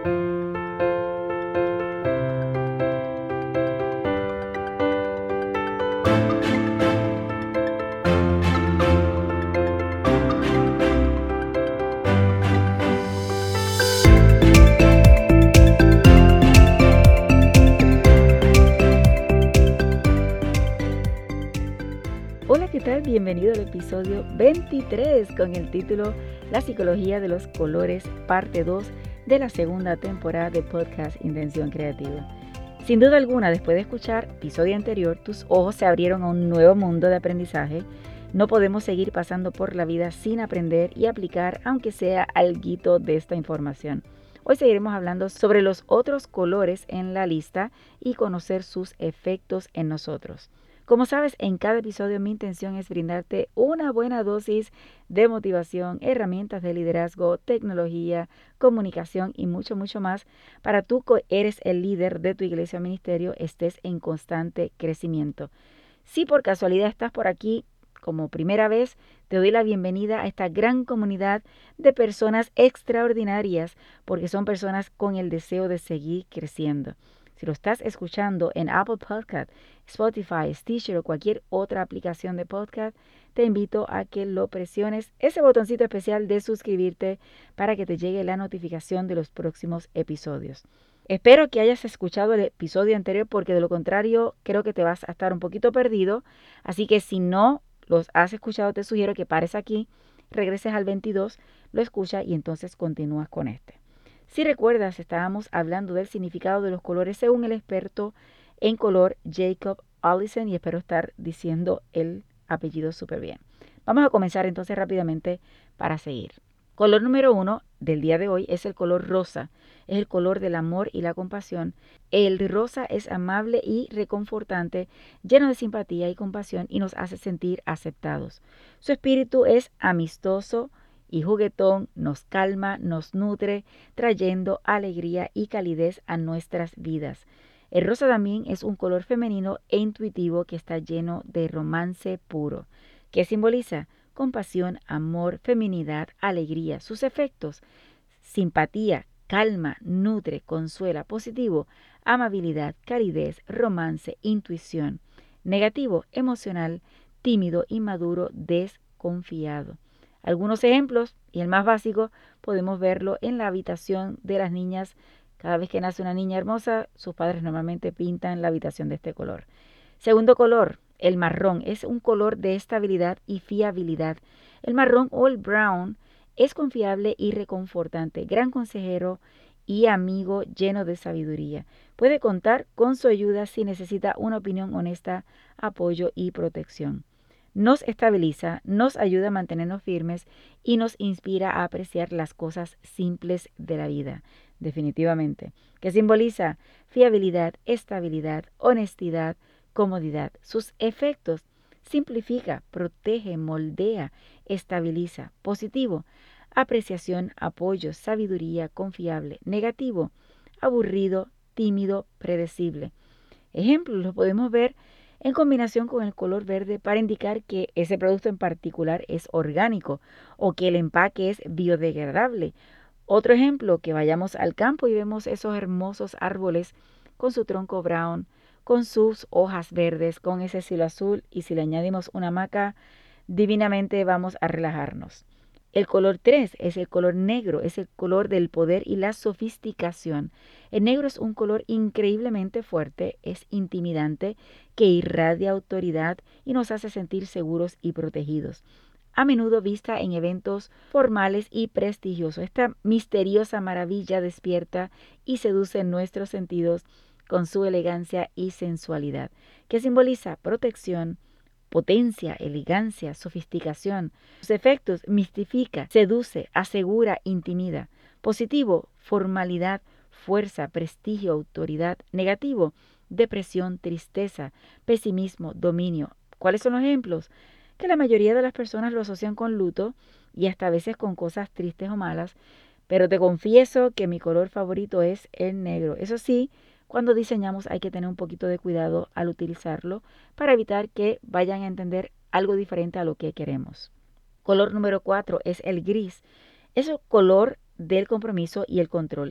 Hola, ¿qué tal? Bienvenido al episodio 23 con el título La psicología de los colores, parte 2 de la segunda temporada de podcast Intención Creativa. Sin duda alguna, después de escuchar el episodio anterior, tus ojos se abrieron a un nuevo mundo de aprendizaje. No podemos seguir pasando por la vida sin aprender y aplicar, aunque sea alguito de esta información. Hoy seguiremos hablando sobre los otros colores en la lista y conocer sus efectos en nosotros. Como sabes, en cada episodio mi intención es brindarte una buena dosis de motivación, herramientas de liderazgo, tecnología, comunicación y mucho más para tú que eres el líder de tu iglesia o ministerio, estés en constante crecimiento. Si por casualidad estás por aquí como primera vez, te doy la bienvenida a esta gran comunidad de personas extraordinarias porque son personas con el deseo de seguir creciendo. Si lo estás escuchando en Apple Podcast, Spotify, Stitcher o cualquier otra aplicación de podcast, te invito a que lo presiones ese botoncito especial de suscribirte para que te llegue la notificación de los próximos episodios. Espero que hayas escuchado el episodio anterior porque de lo contrario creo que te vas a estar un poquito perdido. Así que si no los has escuchado, te sugiero que pares aquí, regreses al 22, lo escuchas y entonces continúas con este. Si recuerdas, estábamos hablando del significado de los colores según el experto en color Jacob Allison y espero estar diciendo el apellido súper bien. Vamos a comenzar entonces rápidamente para seguir. Color número 1 del día de hoy es el color rosa. Es el color del amor y la compasión. El rosa es amable y reconfortante, lleno de simpatía y compasión y nos hace sentir aceptados. Su espíritu es amistoso y juguetón, nos calma, nos nutre, trayendo alegría y calidez a nuestras vidas. El rosa también es un color femenino e intuitivo que está lleno de romance puro. ¿Qué simboliza? Compasión, amor, feminidad, alegría. Sus efectos: simpatía, calma, nutre, consuela. Positivo: amabilidad, calidez, romance, intuición. Negativo: emocional, tímido, inmaduro, desconfiado. Algunos ejemplos, y el más básico, podemos verlo en la habitación de las niñas. Cada vez que nace una niña hermosa, sus padres normalmente pintan la habitación de este color. Segundo color, el marrón, es un color de estabilidad y fiabilidad. El marrón o el brown es confiable y reconfortante, gran consejero y amigo lleno de sabiduría. Puede contar con su ayuda si necesita una opinión honesta, apoyo y protección. Nos estabiliza, nos ayuda a mantenernos firmes y nos inspira a apreciar las cosas simples de la vida, definitivamente. ¿Qué simboliza? Fiabilidad, estabilidad, honestidad, comodidad. Sus efectos: simplifica, protege, moldea, estabiliza. Positivo: apreciación, apoyo, sabiduría, confiable. Negativo: aburrido, tímido, predecible. Ejemplos los podemos ver en combinación con el color verde para indicar que ese producto en particular es orgánico o que el empaque es biodegradable. Otro ejemplo, que vayamos al campo y vemos esos hermosos árboles con su tronco brown, con sus hojas verdes, con ese cielo azul, y si le añadimos una hamaca, divinamente vamos a relajarnos. El color 3 es el color negro, es el color del poder y la sofisticación. El negro es un color increíblemente fuerte, es intimidante, que irradia autoridad y nos hace sentir seguros y protegidos. A menudo vista en eventos formales y prestigiosos. Esta misteriosa maravilla despierta y seduce nuestros sentidos con su elegancia y sensualidad, que simboliza protección, potencia, elegancia, sofisticación. Sus efectos: mistifica, seduce, asegura, intimida. Positivo: formalidad, fuerza, prestigio, autoridad. Negativo: depresión, tristeza, pesimismo, dominio. ¿Cuáles son los ejemplos? Que la mayoría de las personas lo asocian con luto y hasta a veces con cosas tristes o malas, pero te confieso que mi color favorito es el negro. Eso sí, cuando diseñamos hay que tener un poquito de cuidado al utilizarlo para evitar que vayan a entender algo diferente a lo que queremos. Color número 4 es el gris. Es el color del compromiso y el control.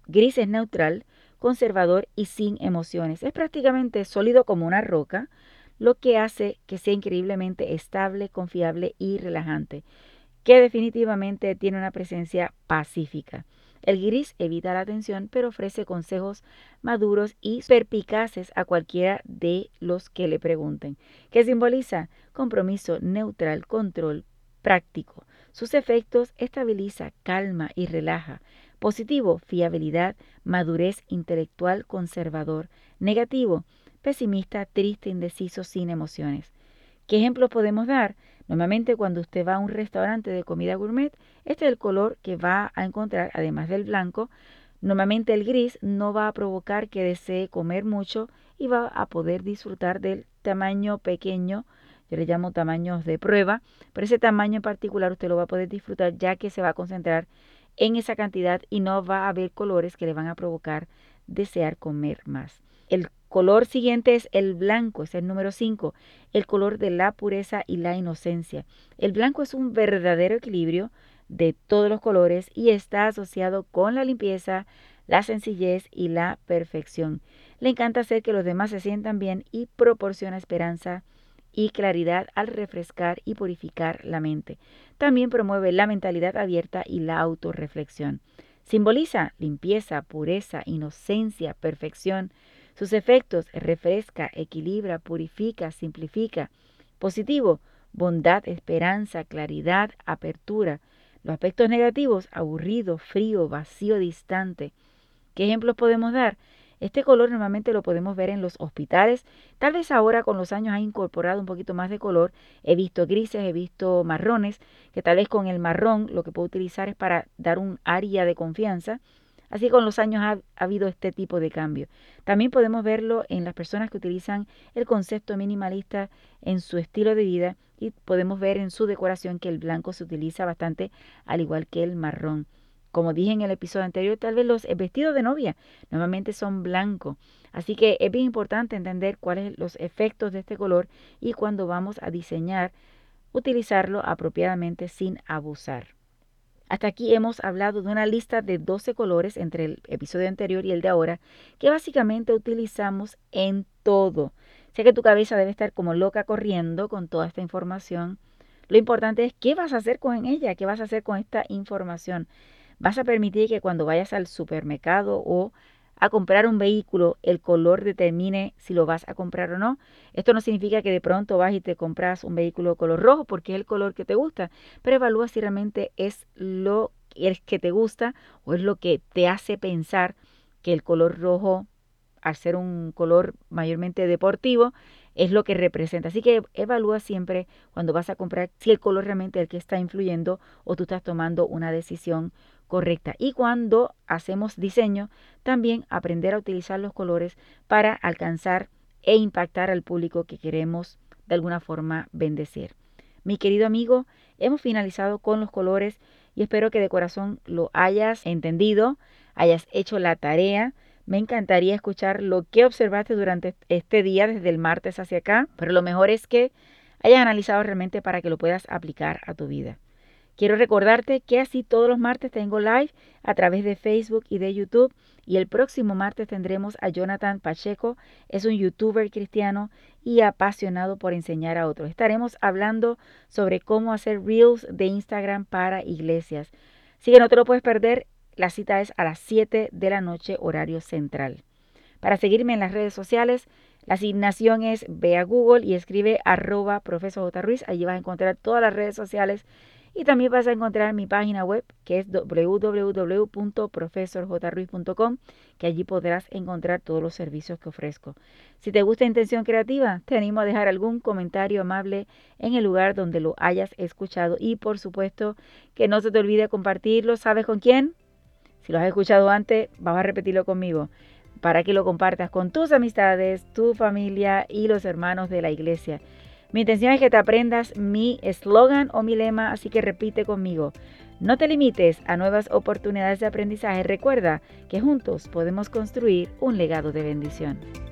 Gris es neutral, conservador y sin emociones. Es prácticamente sólido como una roca, lo que hace que sea increíblemente estable, confiable y relajante, que definitivamente tiene una presencia pacífica. El gris evita la tensión, pero ofrece consejos maduros y perpicaces a cualquiera de los que le pregunten. ¿Qué simboliza? Compromiso, neutral, control, práctico. Sus efectos: estabiliza, calma y relaja. Positivo: fiabilidad, madurez intelectual, conservador. Negativo: pesimista, triste, indeciso, sin emociones. ¿Qué ejemplos podemos dar? Normalmente cuando usted va a un restaurante de comida gourmet, este es el color que va a encontrar, además del blanco. Normalmente el gris no va a provocar que desee comer mucho y va a poder disfrutar del tamaño pequeño. Yo le llamo tamaños de prueba, pero ese tamaño en particular usted lo va a poder disfrutar, ya que se va a concentrar en esa cantidad y no va a haber colores que le van a provocar desear comer más. El color siguiente es el blanco, es el número 5, el color de la pureza y la inocencia. El blanco es un verdadero equilibrio de todos los colores y está asociado con la limpieza, la sencillez y la perfección. Le encanta hacer que los demás se sientan bien y proporciona esperanza y claridad al refrescar y purificar la mente. También promueve la mentalidad abierta y la autorreflexión. Simboliza limpieza, pureza, inocencia, perfección. Sus efectos: refresca, equilibra, purifica, simplifica. Positivo: bondad, esperanza, claridad, apertura. Los aspectos negativos: aburrido, frío, vacío, distante. ¿Qué ejemplos podemos dar? Este color normalmente lo podemos ver en los hospitales. Tal vez ahora con los años ha incorporado un poquito más de color. He visto grises, he visto marrones, que tal vez con el marrón lo que puedo utilizar es para dar un área de confianza. Así con los años ha habido este tipo de cambio. También podemos verlo en las personas que utilizan el concepto minimalista en su estilo de vida y podemos ver en su decoración que el blanco se utiliza bastante, al igual que el marrón. Como dije en el episodio anterior, tal vez los vestidos de novia normalmente son blancos. Así que es bien importante entender cuáles son los efectos de este color y cuando vamos a diseñar, utilizarlo apropiadamente sin abusar. Hasta aquí hemos hablado de una lista de 12 colores entre el episodio anterior y el de ahora, que básicamente utilizamos en todo. Sé que tu cabeza debe estar como loca corriendo con toda esta información. Lo importante es qué vas a hacer con ella, qué vas a hacer con esta información. ¿Vas a permitir que cuando vayas al supermercado o a comprar un vehículo, el color determine si lo vas a comprar o no? Esto no significa que de pronto vas y te compras un vehículo color rojo porque es el color que te gusta, pero evalúa si realmente es lo que te gusta o es lo que te hace pensar que el color rojo, al ser un color mayormente deportivo, es lo que representa. Así que evalúa siempre cuando vas a comprar si el color realmente es el que está influyendo o tú estás tomando una decisión correcta. Y cuando hacemos diseño, también aprender a utilizar los colores para alcanzar e impactar al público que queremos de alguna forma bendecir. Mi querido amigo, hemos finalizado con los colores y espero que de corazón lo hayas entendido, hayas hecho la tarea. Me encantaría escuchar lo que observaste durante este día, desde el martes hacia acá, pero lo mejor es que hayas analizado realmente para que lo puedas aplicar a tu vida. Quiero recordarte que así todos los martes tengo live a través de Facebook y de YouTube, y el próximo martes tendremos a Jonathan Pacheco. Es un youtuber cristiano y apasionado por enseñar a otros. Estaremos hablando sobre cómo hacer reels de Instagram para iglesias. Así que no te lo puedes perder. La cita es a las 7 de la noche, horario central. Para seguirme en las redes sociales, la asignación es: ve a Google y escribe @Profesor J. Ruiz. Allí vas a encontrar todas las redes sociales y también vas a encontrar mi página web, que es www.profesorjruiz.com, que allí podrás encontrar todos los servicios que ofrezco. Si te gusta Intención Creativa, te animo a dejar algún comentario amable en el lugar donde lo hayas escuchado y por supuesto que no se te olvide compartirlo. ¿Sabes con quién? Si lo has escuchado antes, vas a repetirlo conmigo, para que lo compartas con tus amistades, tu familia y los hermanos de la iglesia. Mi intención es que te aprendas mi eslogan o mi lema, así que repite conmigo: no te limites a nuevas oportunidades de aprendizaje. Recuerda que juntos podemos construir un legado de bendición.